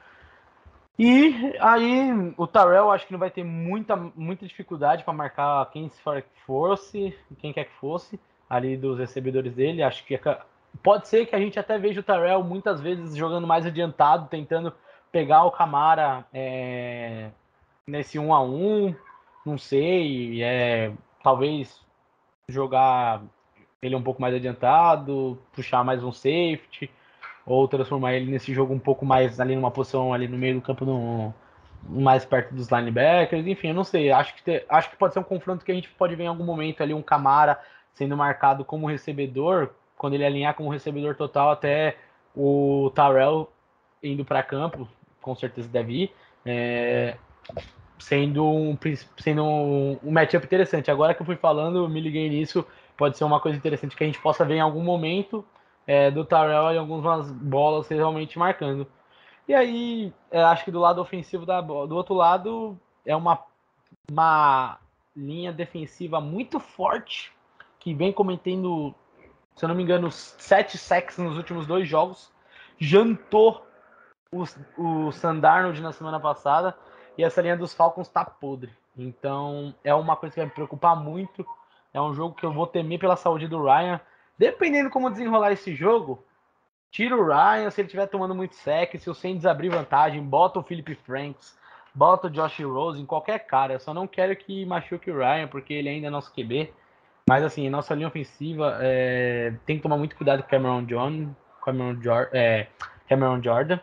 E aí o Terrell acho que não vai ter muita, muita dificuldade para marcar quem fosse, quem quer que fosse, ali dos recebedores dele. Acho que pode ser que a gente até veja o Terrell muitas vezes jogando mais adiantado, tentando pegar o Camara é, nesse um a um, não sei, é, talvez jogar ele um pouco mais adiantado, puxar mais um safety, ou transformar ele nesse jogo um pouco mais ali numa posição ali no meio do campo, no, mais perto dos linebackers. Enfim, eu não sei. Acho que, te, acho que pode ser um confronto que a gente pode ver em algum momento ali um Camara sendo marcado como recebedor, quando ele alinhar como recebedor total, até o Terrell indo para campo, com certeza deve ir. É, sendo um, sendo um, um matchup interessante. Agora que eu fui falando, me liguei nisso, pode ser uma coisa interessante que a gente possa ver em algum momento é, do Terrell e algumas bolas realmente marcando. E aí, é, acho que do lado ofensivo, da, do outro lado, é uma, uma linha defensiva muito forte, que vem cometendo, se eu não me engano, sete sacks nos últimos dois jogos. Jantou o, o Sandarnold na semana passada, e essa linha dos Falcons tá podre. Então é uma coisa que vai me preocupar muito. É um jogo que eu vou temer pela saúde do Ryan. Dependendo como desenrolar esse jogo, tira o Ryan se ele estiver tomando muito sec, se o Saints abrir vantagem, bota o Philip Franks, bota o Josh Rose em qualquer cara. Eu só não quero que machuque o Ryan, porque ele ainda é nosso Q B. Mas assim, nossa linha ofensiva é, tem que tomar muito cuidado com o Cameron John, Cameron, Jor é, Cameron Jordan.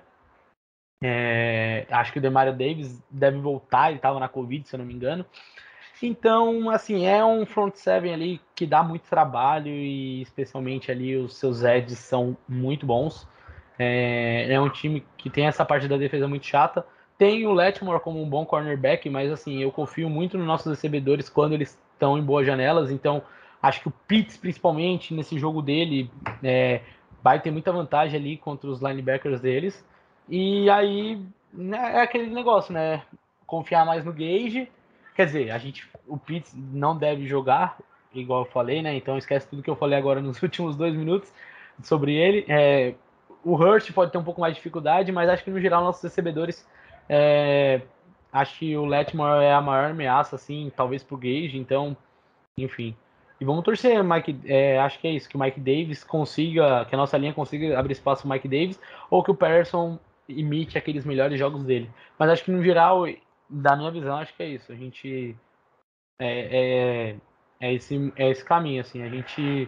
É, acho que o Demario Davis deve voltar, ele estava na Covid, se eu não me engano. Então, assim, é um front seven ali que dá muito trabalho e especialmente ali os seus edges são muito bons. É, é um time que tem essa parte da defesa muito chata. Tem o Letmore como um bom cornerback, mas assim, eu confio muito nos nossos recebedores quando eles estão em boas janelas. Então, acho que o Pitts, principalmente nesse jogo dele, é, vai ter muita vantagem ali contra os linebackers deles. E aí, né, é aquele negócio, né? Confiar mais no Gage. Quer dizer, a gente, o Pitts não deve jogar, igual eu falei, né? Então esquece tudo que eu falei agora nos últimos dois minutos sobre ele. É, o Hurst pode ter um pouco mais de dificuldade, mas acho que no geral nossos recebedores, é, acho que o Letmore é a maior ameaça, assim, talvez pro Gage. Então, enfim. E vamos torcer, Mike. É, acho que é isso, que o Mike Davis consiga, que a nossa linha consiga abrir espaço pro Mike Davis, ou que o Patterson imite aqueles melhores jogos dele. Mas acho que no geral, da minha visão, acho que é isso. A gente é, é, é esse, é esse caminho, assim. A gente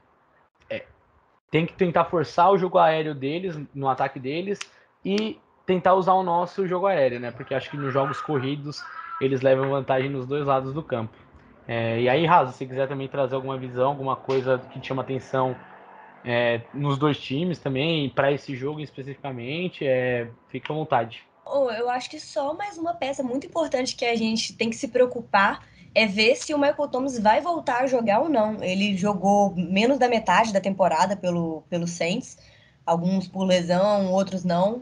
é, tem que tentar forçar o jogo aéreo deles, no ataque deles, e tentar usar o nosso jogo aéreo, né? Porque acho que nos jogos corridos eles levam vantagem nos dois lados do campo. É, e aí, Raso, se quiser também trazer alguma visão, alguma coisa que te chama atenção é, nos dois times também, para esse jogo especificamente, é, fica à vontade. Oh, eu acho que só mais uma peça muito importante que a gente tem que se preocupar é ver se o Michael Thomas vai voltar a jogar ou não. Ele jogou menos da metade da temporada pelo, pelo Saints, alguns por lesão, outros não.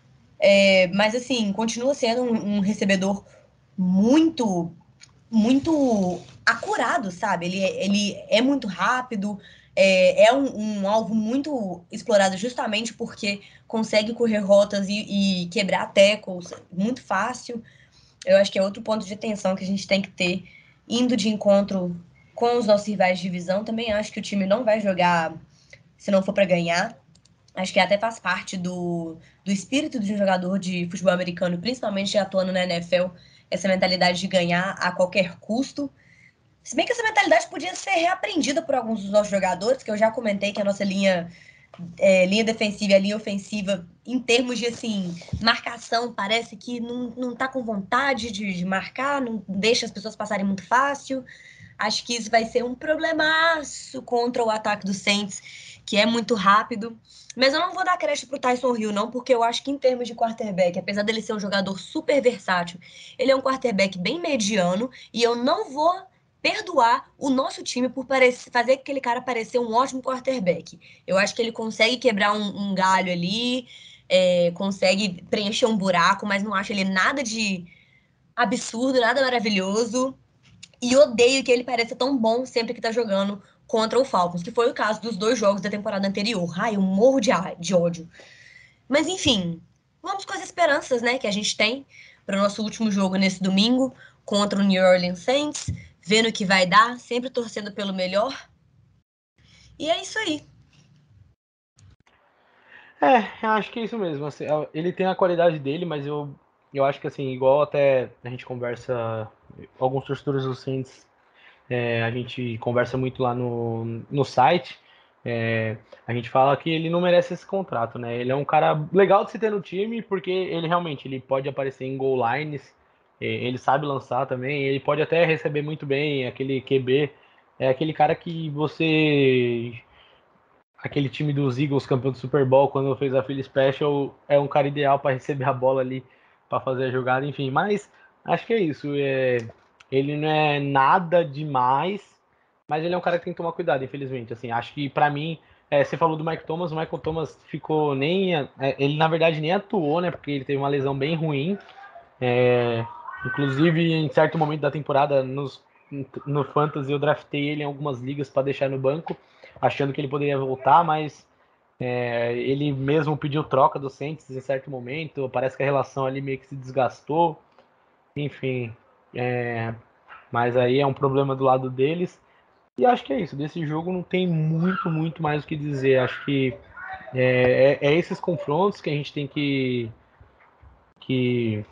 É, mas assim, continua sendo um, um recebedor muito muito acurado, sabe? Ele, é- ele é muito rápido, é, é um, um alvo muito explorado justamente porque consegue correr rotas e, e quebrar tackles muito fácil. Eu acho que é outro ponto de atenção que a gente tem que ter indo de encontro com os nossos rivais de divisão. Também acho que o time não vai jogar se não for para ganhar. Acho que até faz parte do, do espírito de um jogador de futebol americano, principalmente atuando na N F L, essa mentalidade de ganhar a qualquer custo. Se bem que essa mentalidade podia ser reaprendida por alguns dos nossos jogadores, que eu já comentei que a nossa linha, é, linha defensiva e a linha ofensiva, em termos de assim, marcação, parece que não, não tá com vontade de, de marcar, não deixa as pessoas passarem muito fácil. Acho que isso vai ser um problemaço contra o ataque do Saints, que é muito rápido. Mas eu não vou dar crédito pro Tyson Hill, não, porque eu acho que em termos de quarterback, apesar dele ser um jogador super versátil, ele é um quarterback bem mediano e eu não vou perdoar o nosso time por parecer, fazer aquele cara parecer um ótimo quarterback. Eu acho que ele consegue quebrar um, um galho ali, é, consegue preencher um buraco, mas não acho ele nada de absurdo, nada maravilhoso. E odeio que ele pareça tão bom sempre que tá jogando contra o Falcons, que foi o caso dos dois jogos da temporada anterior. Ai, eu morro de, de ódio. Mas enfim, vamos com as esperanças, né, que a gente tem para o nosso último jogo nesse domingo contra o New Orleans Saints, vendo o que vai dar, sempre torcendo pelo melhor. E é isso aí. É, eu acho que é isso mesmo. Assim, ele tem a qualidade dele, mas eu, eu acho que assim, igual até a gente conversa, alguns torcedores do Saints, é, a gente conversa muito lá no, no site. É, a gente fala que ele não merece esse contrato, né? Ele é um cara legal de se ter no time, porque ele realmente ele pode aparecer em goal lines, é, ele sabe lançar também, ele pode até receber muito bem aquele Q B. É aquele cara que você aquele time dos Eagles, campeão do Super Bowl, quando fez a Philly Special, é um cara ideal para receber a bola ali, para fazer a jogada, enfim. Mas acho que é isso. É, ele não é nada demais, mas ele é um cara que tem que tomar cuidado, infelizmente. Assim, acho que para mim, é, você falou do Mike Thomas, o Michael Thomas ficou nem, é, ele na verdade nem atuou, né? Porque ele teve uma lesão bem ruim. É, inclusive, em certo momento da temporada, nos, no Fantasy, eu draftei ele em algumas ligas para deixar no banco, achando que ele poderia voltar, mas é, ele mesmo pediu troca do Saints em certo momento. Parece que a relação ali meio que se desgastou. Enfim, é, mas aí é um problema do lado deles. E acho que é isso. Desse jogo não tem muito, muito mais o que dizer. Acho que é, é, é esses confrontos que a gente tem que, que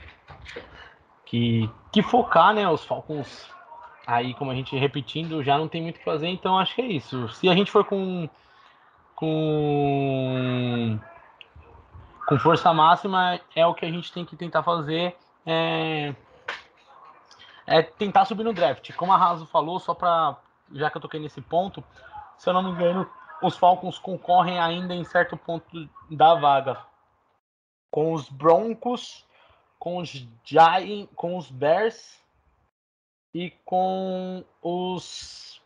que, que focar, né? Os Falcons, aí, como a gente repetindo, já não tem muito o que fazer, então acho que é isso. Se a gente for com com, com força máxima, é o que a gente tem que tentar fazer, é, é tentar subir no draft. Como a Raso falou, só para, já que eu toquei nesse ponto, se eu não me engano, os Falcons concorrem ainda em certo ponto da vaga com os Broncos, com os Giants, com os Bears e com os,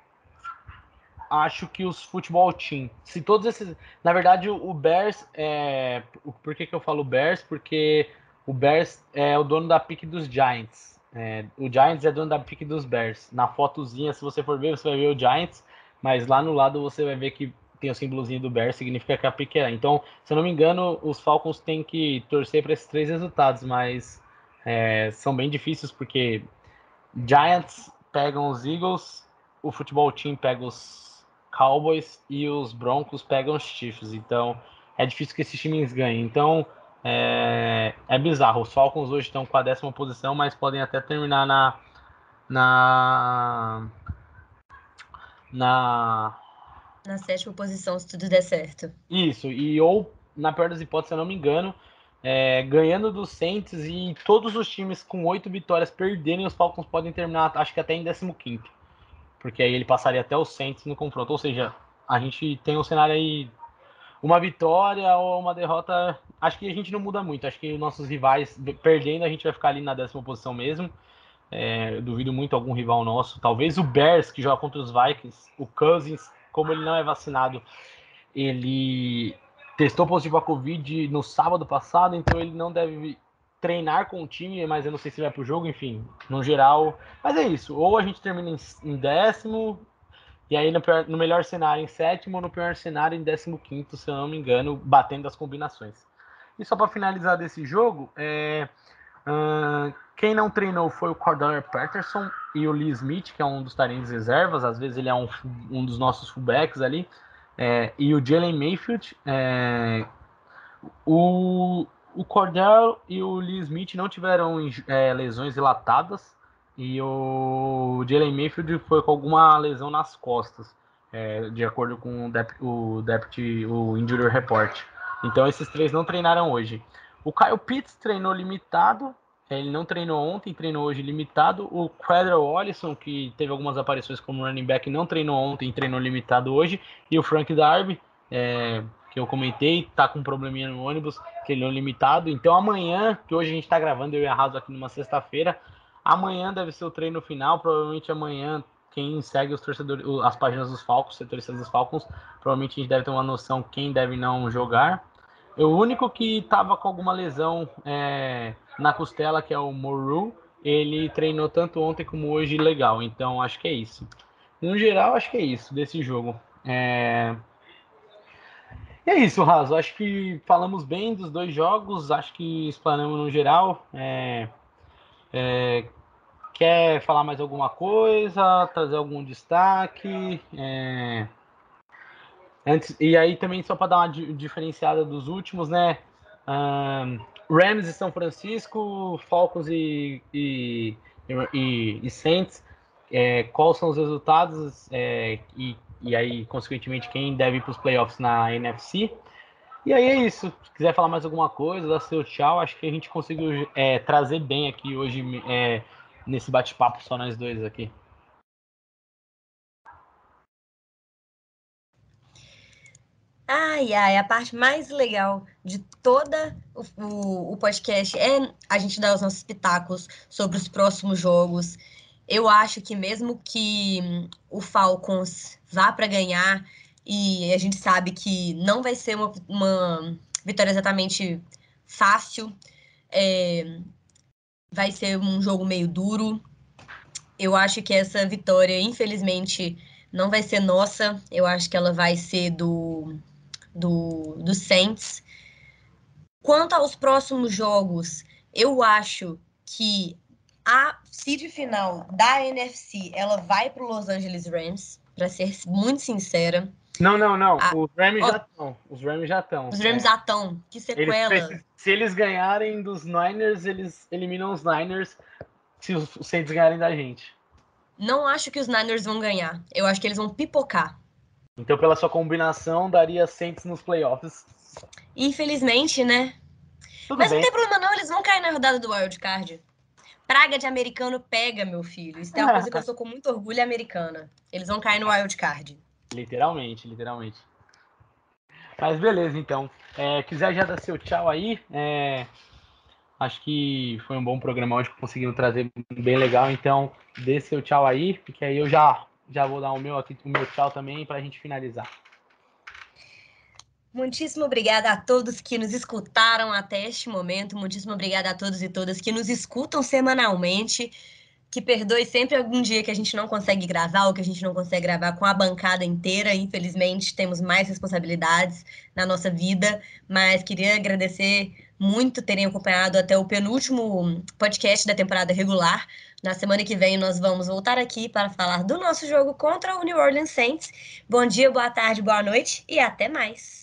acho que os Football Team. Se todos esses, na verdade, o Bears, é, por que que eu falo Bears? Porque o Bears é o dono da pick dos Giants. É, o Giants é dono da pick dos Bears. Na fotozinha, se você for ver, você vai ver o Giants, mas lá no lado você vai ver que tem o símbolozinho do Bears, significa que a pick é. Então, se eu não me engano, os Falcons têm que torcer para esses três resultados, mas é, são bem difíceis porque Giants pegam os Eagles, o Football Team pega os Cowboys e os Broncos pegam os Chiefs. Então, é difícil que esses times ganhem. Então, é, é bizarro. Os Falcons hoje estão com a décima posição, mas podem até terminar na na na Na sétima posição, se tudo der certo. Isso, e ou, na pior das hipóteses, se eu não me engano, é, ganhando dos Saints e todos os times com oito vitórias perderem, os Falcons podem terminar, acho que até em décimo quinto. Porque aí ele passaria até os Saints no confronto. Ou seja, a gente tem um cenário aí, uma vitória ou uma derrota, acho que a gente não muda muito. Acho que os nossos rivais, perdendo, a gente vai ficar ali na décima posição mesmo. É, eu duvido muito algum rival nosso. Talvez o Bears, que joga contra os Vikings, o Cousins, como ele não é vacinado, ele testou positivo a Covid no sábado passado, então ele não deve treinar com o time, mas eu não sei se vai pro jogo, enfim, no geral. Mas é isso, ou a gente termina em, em décimo, e aí no, pior, no melhor cenário em sétimo, ou no pior cenário em décimo quinto, se eu não me engano, batendo as combinações. E só para finalizar desse jogo, é, uh, quem não treinou foi o Cordell Patterson e o Lee Smith, que é um dos talentos reservas, às vezes ele é um, um dos nossos fullbacks ali, é, e o Jalen Mayfield. É, o, o Cordell e o Lee Smith não tiveram é, lesões relatadas, e o Jalen Mayfield foi com alguma lesão nas costas, é, de acordo com o Depth, o, Depth, o Injury Report. Então esses três não treinaram hoje. O Kyle Pitts treinou limitado, ele não treinou ontem, treinou hoje limitado. O Quadrell Ollison, que teve algumas aparições como running back, não treinou ontem, treinou limitado hoje. E o Frank Darby, é, que eu comentei, tá com um probleminha no ônibus, treinou limitado. Então amanhã, que hoje a gente tá gravando, eu e a Raso aqui numa sexta-feira, amanhã deve ser o treino final, provavelmente amanhã quem segue os torcedores, as páginas dos Falcons, setoristas dos Falcons, provavelmente a gente deve ter uma noção quem deve não jogar. O único que estava com alguma lesão é, na costela, que é o Moru, ele treinou tanto ontem como hoje legal. Então, acho que é isso. No geral, acho que é isso desse jogo. É, é isso, Raso. Acho que falamos bem dos dois jogos. Acho que explanamos no geral. É... É... Quer falar mais alguma coisa? Trazer algum destaque? É... Antes, e aí também só para dar uma diferenciada dos últimos, né? Um, Rams e São Francisco, Falcons e, e, e, e Saints. É, quais são os resultados é, e, e aí, consequentemente, quem deve ir para os playoffs na N F C. E aí é isso. Se quiser falar mais alguma coisa, dar seu tchau. Acho que a gente conseguiu é, trazer bem aqui hoje é, nesse bate-papo só nós dois aqui. Ai, ai, a parte mais legal de toda o, o, o podcast é a gente dar os nossos pitacos sobre os próximos jogos. Eu acho que mesmo que hum, o Falcons vá para ganhar, e a gente sabe que não vai ser uma, uma vitória exatamente fácil, é, vai ser um jogo meio duro. Eu acho que essa vitória, infelizmente, não vai ser nossa. Eu acho que ela vai ser do do, do Saints. Quanto aos próximos jogos, eu acho que a seed final da N F C ela vai para o Los Angeles Rams, para ser muito sincera. Não, não, não. A, os Rams ó, já estão. Os Rams já estão. Os Rams já estão. Que sequela. Eles, se eles ganharem dos Niners, eles eliminam os Niners. Se os Saints ganharem da gente. Não acho que os Niners vão ganhar. Eu acho que eles vão pipocar. Então, pela sua combinação, daria Saints nos playoffs. Infelizmente, né? Tudo Mas bem. não tem problema não, eles vão cair na rodada do Wild Card. Praga de americano pega, meu filho. Isso é uma coisa que eu sou com muito orgulho, é americana. Eles vão cair no Wild Card. Literalmente, literalmente. Mas beleza, então. É, quiser já dar seu tchau aí. É, acho que foi um bom programa hoje que conseguimos trazer bem legal. Então, dê seu tchau aí, porque aí eu já, já vou dar o meu aqui, o meu tchau também pra gente finalizar. Muitíssimo obrigada a todos que nos escutaram até este momento. Muitíssimo obrigada a todos e todas que nos escutam semanalmente. Que perdoe sempre algum dia que a gente não consegue gravar ou que a gente não consegue gravar com a bancada inteira. Infelizmente, temos mais responsabilidades na nossa vida, mas queria agradecer muito terem acompanhado até o penúltimo podcast da temporada regular. Na semana que vem nós vamos voltar aqui para falar do nosso jogo contra o New Orleans Saints. Bom dia, boa tarde, boa noite e até mais.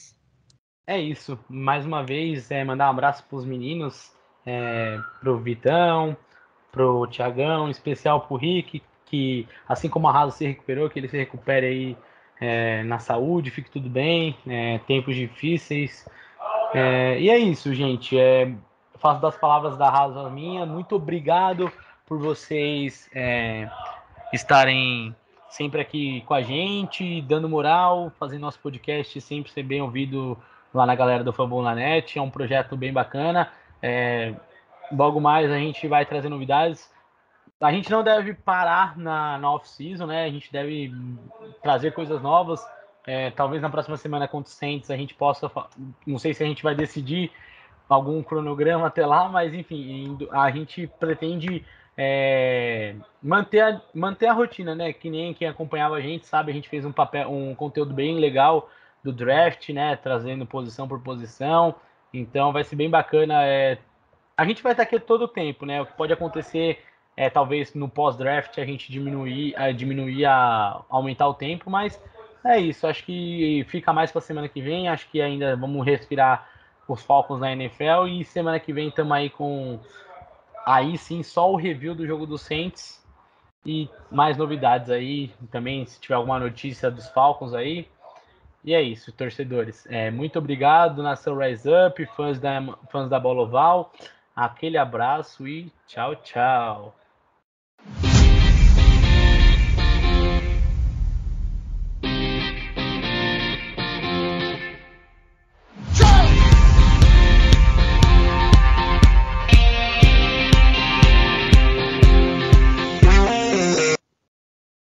É isso. Mais uma vez, é, mandar um abraço pros meninos, é, pro Vitão, pro Thiagão, em especial pro Rick, que assim como a Raso se recuperou, que ele se recupere aí é, na saúde, fique tudo bem, é, tempos difíceis. É, e é isso, gente. É, faço das palavras da Raso a minha. Muito obrigado por vocês é, estarem sempre aqui com a gente, dando moral, fazendo nosso podcast sempre ser bem ouvido lá na galera do Fumble na Net. É um projeto bem bacana. É, logo mais a gente vai trazer novidades. A gente não deve parar na, na off-season, né? A gente deve trazer coisas novas. É, talvez na próxima semana contra o Saints a gente possa. Não sei se a gente vai decidir algum cronograma até lá, mas enfim, a gente pretende é, manter, a, manter a rotina, né? Que nem quem acompanhava a gente sabe, a gente fez um papel, um conteúdo bem legal do draft, né? Trazendo posição por posição. Então vai ser bem bacana. É, a gente vai estar aqui todo o tempo, né? O que pode acontecer é talvez no pós-draft a gente diminuir, a diminuir a aumentar o tempo, mas é isso. Acho que fica mais para semana que vem. Acho que ainda vamos respirar os Falcons na N F L e semana que vem estamos aí com aí sim só o review do jogo do Saints e mais novidades aí também, se tiver alguma notícia dos Falcons aí. E é isso, torcedores. É, muito obrigado, Nação Rise Up, fãs da, fãs da Bola Oval. Aquele abraço e tchau, tchau.